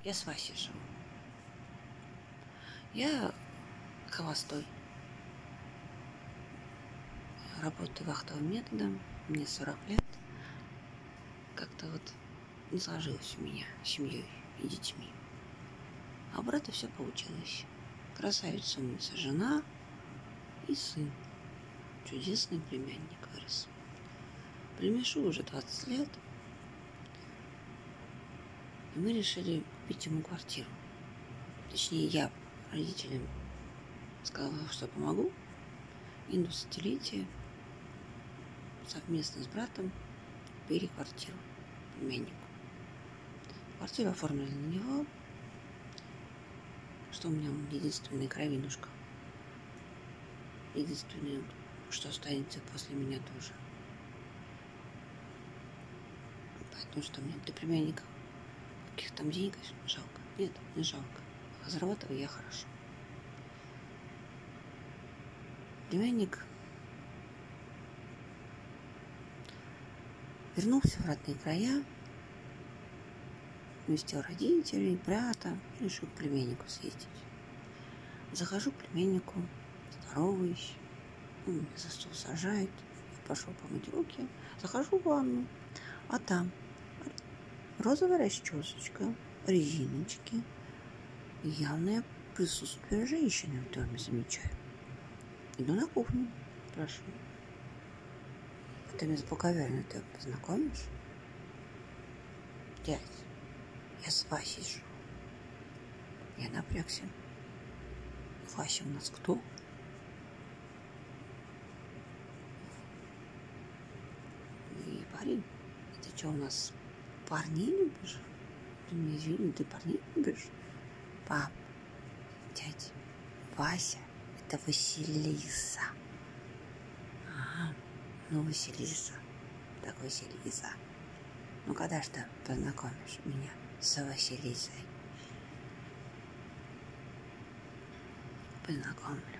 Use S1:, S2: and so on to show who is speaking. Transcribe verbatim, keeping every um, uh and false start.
S1: Я с Васей живу. Я холостой. Работаю вахтовым методом. Мне сорок лет. Как-то вот не сложилось у меня с семьей и детьми. А у брата все получилось. Красавица, умница жена и сын. Чудесный племянник вырос. Племешу уже двадцать лет. И мы решили купить ему квартиру. Точнее, я родителям сказала, что помогу. И на двадцатилетие совместно с братом купили квартиру племяннику. Квартиру оформили на него, что у меня он единственная кровинушка. Единственное, что останется после меня тоже. Поэтому что мне для племянника каких там денег, конечно, жалко. Нет, не жалко. А зарабатываю я хорошо. Племянник вернулся в родные края, навестил родителей, брата, и решил к племяннику съездить. Захожу к племяннику, здороваюсь, он меня за стол сажает, я пошел помыть руки, захожу в ванну, а там розовая расчесочка, резиночки, явное присутствие женщины в доме замечаю. Иду на кухню, спрашиваю: ты меня с Буковерной ты познакомишь? Дядь, я с Васей живу. Я напрягся. Вася у нас кто? И парень, это что у нас, парней любишь? Ты меня извини, ты парней любишь? Пап, дядь, Вася, это Василиса. Ага, ну Василиса, так Василиса. Ну когда ж ты познакомишь меня с Василисой? Познакомлю.